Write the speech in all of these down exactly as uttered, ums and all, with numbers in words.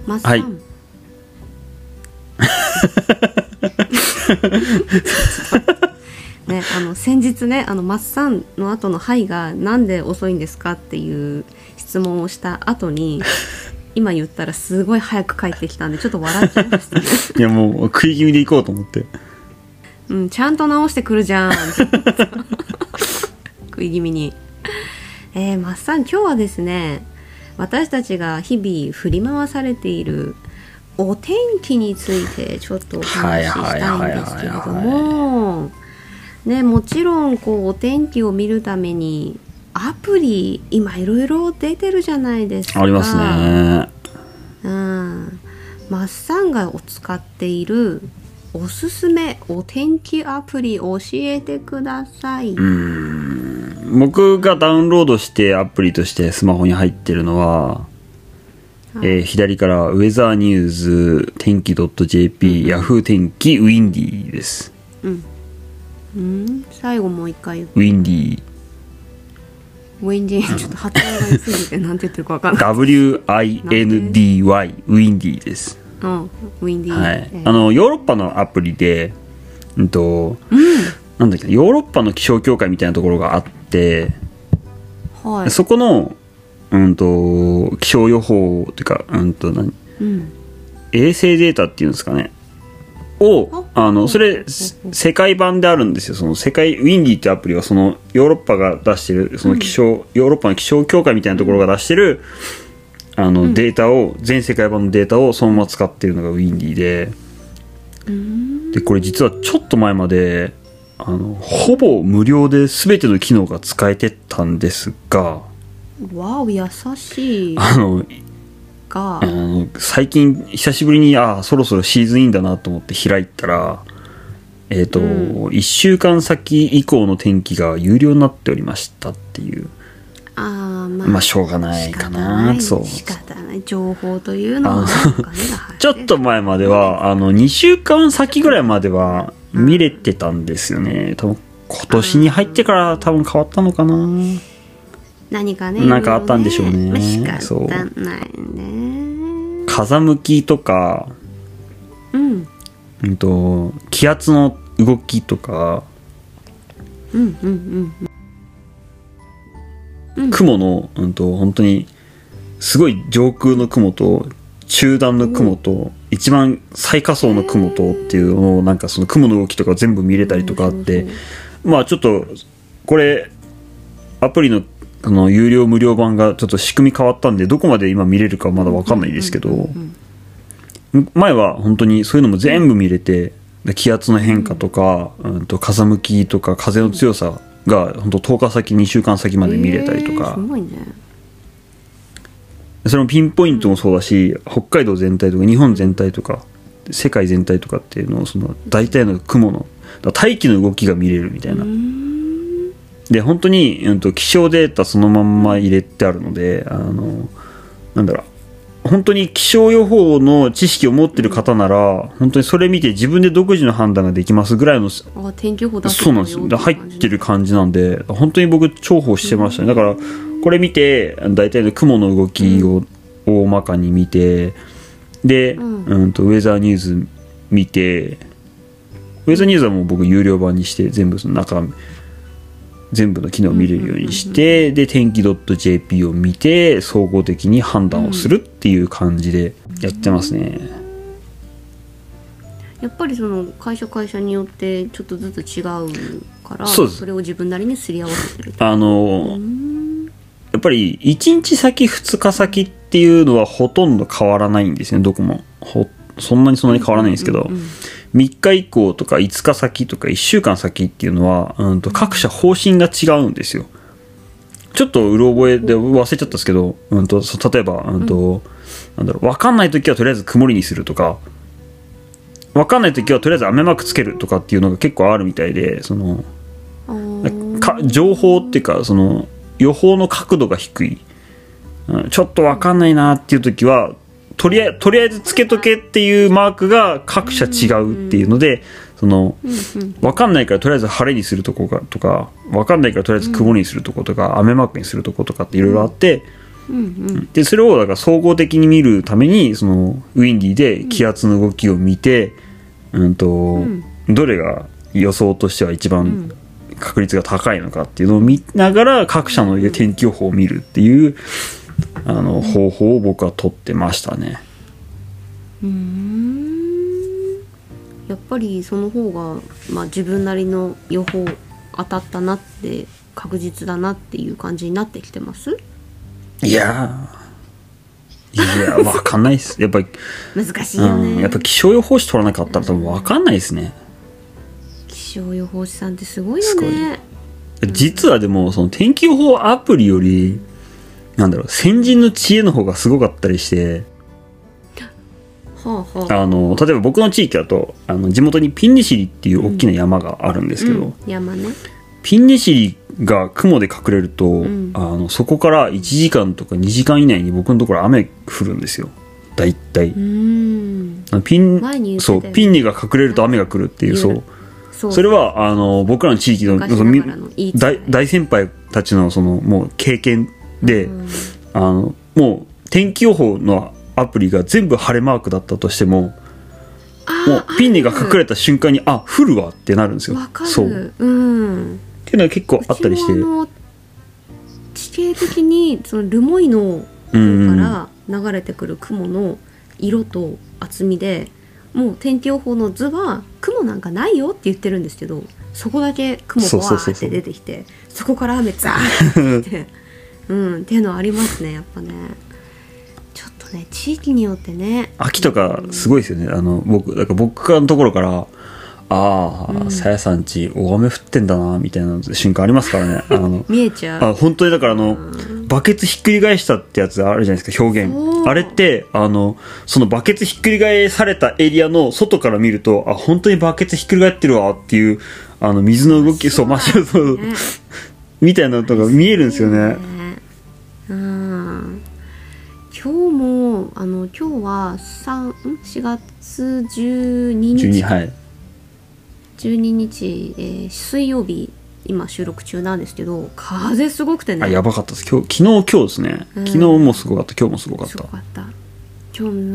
マッサン、はいね、あの先日ね、あのマッサンの後のはいがなんで遅いんですかっていう質問をした後に今言ったらすごい早く帰ってきたんでちょっと笑っちゃいましたねいやもう食い気味で行こうと思って、 うん、ちゃんと直してくるじゃん食い気味に。えー、マッサン、今日はですね、私たちが日々振り回されているお天気についてちょっとお話ししたいんですけれどもね、もちろんこうお天気を見るためにアプリ今いろいろ出てるじゃないですか。 ありますね。 うん、マッサンが使っているおすすめお天気アプリ教えてください。 うーん、僕がダウンロードしてアプリとしてスマホに入ってるのは、えー、左からウェザーニューズ、天気 .jp、ヤフー天気、ウィンディーです。 うんうん、最後もう一回言う。 ウィンディー。 ウィンディー、ちょっと発音がいすぎてなんて言ってるか分かんない。 ダブリューアイエヌディーワイ、ウィンディーです。 うん、ウィンディー。 はい。あのヨーロッパのアプリで、うんと、うん、なんだっけ、ヨーロッパの気象協会みたいなところがあって、はい、そこのうんと気象予報というか、うんと何、うん、衛星データっていうんですかね。をあのそれ世界版であるんですよ。その世界ウィンディってアプリはそのヨーロッパが出してるその気象、うん、ヨーロッパの気象協会みたいなところが出してるあのデータを、うん、全世界版のデータをそのまま使ってるのがウィンディで、うん、でこれ実はちょっと前まであのほぼ無料で全ての機能が使えてたんですが、 わお優しい。 あのあの最近久しぶりにあそろそろシーズンインだなと思って開いたら、えーとうん、いっしゅうかん先以降の天気が有料になっておりましたっていう。あ、まあ、まあしょうがないかな。そう仕方ない情報というのはちょっと前まではあのにしゅうかん先ぐらいまでは見れてたんですよね。多分今年に入ってから多分変わったのかな。 何かね、 なんかあったんでしょうね。 仕方ないね。 風向きとか、うん、うんと気圧の動きとか、うんうんうんうん、雲の、うんと本当にすごい上空の雲と中段の雲と、うん、一番最下層の雲とっていうのをなんかその雲の動きとか全部見れたりとかあって、うん、そうそう、まあちょっとこれアプリのあの有料無料版がちょっと仕組み変わったんでどこまで今見れるかまだ分かんないですけど、前は本当にそういうのも全部見れて、気圧の変化とか、うん、と風向きとか風の強さが本当とおか先にしゅうかん先まで見れたりとか、 すごいね。 それもピンポイントもそうだし、北海道全体とか日本全体とか世界全体とかっていうのをその大体の雲の大気の動きが見れるみたいな。で本当に、うん、と気象データそのまんま入れてあるので、あのなんだろう、本当に気象予報の知識を持ってる方なら本当にそれ見て自分で独自の判断ができますぐらいの、 あ天気予報だけそうなんですよ。入ってる感じなんで本当に僕重宝してましたね。だからこれ見て大体の雲の動きを大まかに見て、で、うんうん、とウェザーニューズ見て、ウェザーニューズはもう僕有料版にして全部その中全部の機能を見れるようにして、で天気 .jp を見て総合的に判断をするっていう感じでやってますね。 やっぱりその会社会社によってちょっとずつ違うから、 そ, それを自分なりにすり合わせてる。 あのやっぱりいちにち先ふつか先っていうのはほとんど変わらないんですね。どこもほそんなにそんなに変わらないんですけど、うんうんうん、みっか以降とかいつか先とかいっしゅうかん先っていうのは、うん、と各社方針が違うんですよ。ちょっとうろ覚えで忘れちゃったんですけど、うん、と例えば、うんとうん、なんだろう、分かんない時はとりあえず曇りにするとか、分かんない時はとりあえず雨マークつけるとかっていうのが結構あるみたいで、そのか情報っていうかその予報の角度が低い、うん、ちょっと分かんないなっていう時はとりあえず、とりあえずつけとけっていうマークが各社違うっていうので、その分かんないからとりあえず晴れにするとこがとか、分かんないからとりあえず曇りにするとことか、雨マークにするとことかっていろいろあって、 うんうん、 でそれをだから総合的に見るためにそのウィンディで気圧の動きを見て、うんとうん、どれが予想としては一番確率が高いのかっていうのを見ながら各社の天気予報を見るっていうあの方法を僕は取ってましたね。 うーん、やっぱりその方が、まあ、自分なりの予報当たったなって確実だなっていう感じになってきてます？ いやいや分かんないっすやっぱり難しいよね、 うん、やっぱ気象予報士取らなかったら多分分かんないですね、 うん、気象予報士さんってすごいよね。 実はでもその天気予報アプリよりなんだろう先人の知恵の方がすごかったりして、 はあはあ、 あの例えば僕の地域だとあの地元にピンネシリっていう大きな山があるんですけど、うんうん、 山ね、 ピンネシリが雲で隠れると、うん、あのそこからいちじかんとかにじかん以内に僕のところ雨降るんですよだいたい。うんピンそうピンネが隠れると雨が来るっていう、そうそうそれはあの僕らの地域 の, の大, 大先輩たちのそのもう経験で、うん、あのもう天気予報のアプリが全部晴れマークだったとしても、もうピンネが隠れた瞬間にあ降るわってなるんですよ。 わかる。 そう、うん、っていうのは結構あったりして、 うちもあの地形的にそのルモイのから流れてくる雲の色と厚みで、もう天気予報の図は雲なんかないよって言ってるんですけど、そこだけ雲がわーって出てきて、そこから雨ザーってってうん、っていうのはありますね、やっぱね。ちょっとね、地域によってね。 秋とかすごいですよね。あの僕だから僕のところからああさやさんち大雨降ってんだなみたいな瞬間ありますからね。あの見えちゃう。 あ本当にだからあの、うん、バケツひっくり返したってやつあるじゃないですか、表現。あれってあのそのバケツひっくり返されたエリアの外から見ると、あ本当にバケツひっくり返ってるわっていうあの水の動き、そう真っ白そうみたいなのとか見えるんですよね。 うん、今日もあの今日はしがつじゅうににちじゅうに、はい、 じゅうににち、えー、水曜日今収録中なんですけど、風すごくてね。 あやばかったです。今日昨日今日ですね、うん、昨日もすごかった、今日もすごかった。すごかった今日、うん、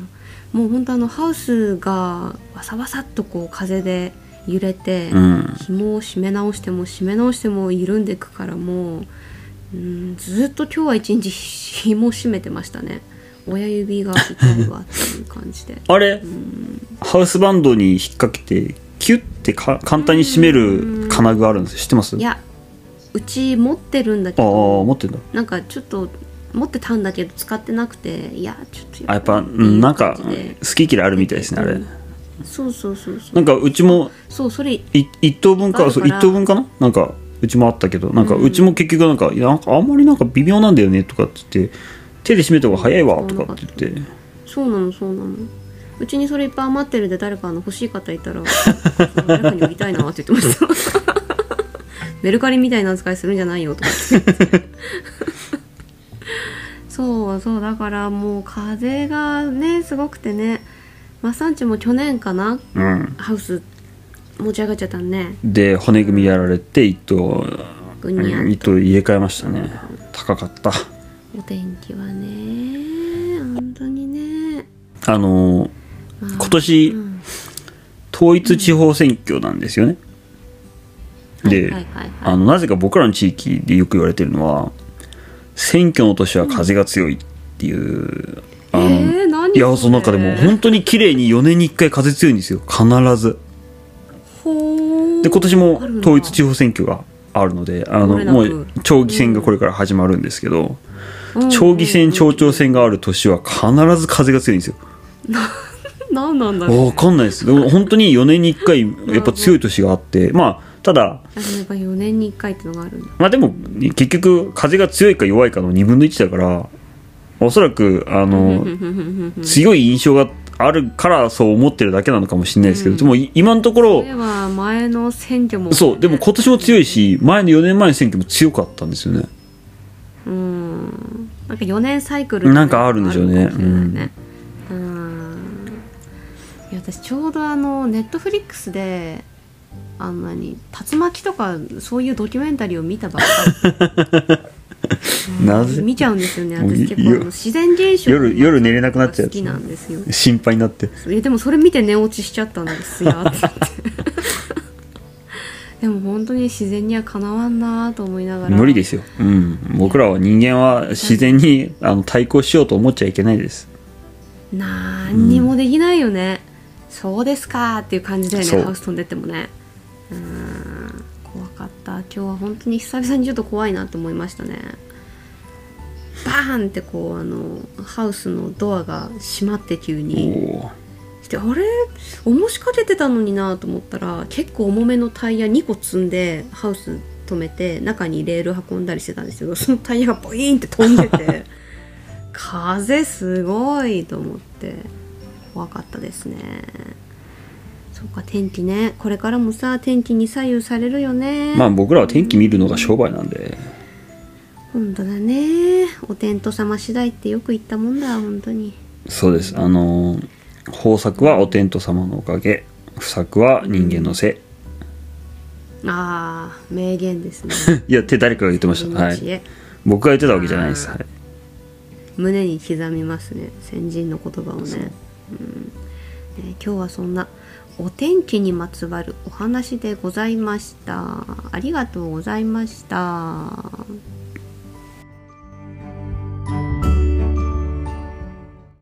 もう本当あのハウスがわさわさっとこう風で揺れて、うん、紐を締め直しても締め直しても緩んでいくから、もううん、ずっと今日は一日紐締めてましたね。親指が痛いわっていう感じであれ、うん、ハウスバンドに引っ掛けてキュッてか簡単に締める金具があるんですよ。知ってます？ いや、うち持ってるんだけど、 あ持ってんだ。 なんかちょっと持ってたんだけど使ってなくて、いやちょっとやっぱあやっぱなんか好き嫌いあるみたいですね、あれ。 そうそうそうそう。 なんかうちもそうそれい一等分か、そう一等分かな、なんかうちもあったけど、なんかうちも結局なんか、いやなんかあんまりなんか微妙なんだよねとかって言って、手で締めた方が早いわとかって言って、 そうなのそうなの。うちにそれいっぱい余ってるで誰かの欲しい方いたら誰かに売りたいなって言ってましたメルカリみたいな扱いするんじゃないよとかってそうそう、だからもう風がねすごくてね、マッサンチも去年かな、うん、ハウス持ち上がっちゃったね。 で骨組みやられて一頭一頭入れ替えましたね。高かった。 お天気はね本当にね。 あのー、今年、うん、統一地方選挙なんですよね、うん、で、はいはいはいはい、あのなぜか僕らの地域でよく言われてるのは、選挙の年は風が強いっていう、うん、あの、えー、何それ。いやその中でも本当に綺麗によねんにいっかい風強いんですよ、必ず。で今年も統一地方選挙があるので、あのもう町議選がこれから始まるんですけど、うん、町議選町長選がある年は必ず風が強いんですよ。 何なんだろう、ね、 分かんないです。でも本当によねんにいっかいやっぱ強い年があって、まあただやっぱよねんにいっかいってのがあるんだ。 まあでも結局風が強いか弱いかのにぶんのいちだから、おそらくあの強い印象があるからそう思ってるだけなのかもしれないですけど、うん、でも今のところそれは前の選挙も、ね、 そうでも今年も強いし、前のよねんまえの選挙も強かったんですよね。 うん、なんかよねんサイクルなんかあるんでしょうね。うん、 うん、いや私ちょうどあのネットフリックスであんなに竜巻とかそういうドキュメンタリーを見たばっかりなぜ見ちゃうんですよねもう私。結構あの自然現象夜夜寝れなくなっちゃう好きなんですよ。 心配になって。 いやでもそれ見て寝落ちしちゃったんですよって言ってでも本当に自然にはかなわんなと思いながら。 無理ですよ、うん、僕らは人間は自然にあの対抗しようと思っちゃいけないです。 なんにもできないよね、うん、そうですかっていう感じだよね。ハウス飛んでってもね。うーん怖かった。今日は本当に久々にちょっと怖いなと思いましたね。バーンってこうあのハウスのドアが閉まって急にしてあれ重しかけてたのになと思ったら結構重めのタイヤにこ積んでハウス止めて中にレール運んだりしてたんですけどそのタイヤがボイーンって飛んでて風すごいと思って怖かったですね。そうか天気ねこれからもさ天気に左右されるよね。 まあ僕らは天気見るのが商売なんで。 本当だね。お天道様次第ってよく言ったもんだ本当に。 そうです。あの豊作はお天道様のおかげ不作は人間のせい、 うん、ああ名言ですねいやって誰かが言ってました、はい、僕が言ってたわけじゃないです、はい、 胸に刻みますね先人の言葉をね、うんね。今日はそんなお天気にまつわるお話でございました。ありがとうございました。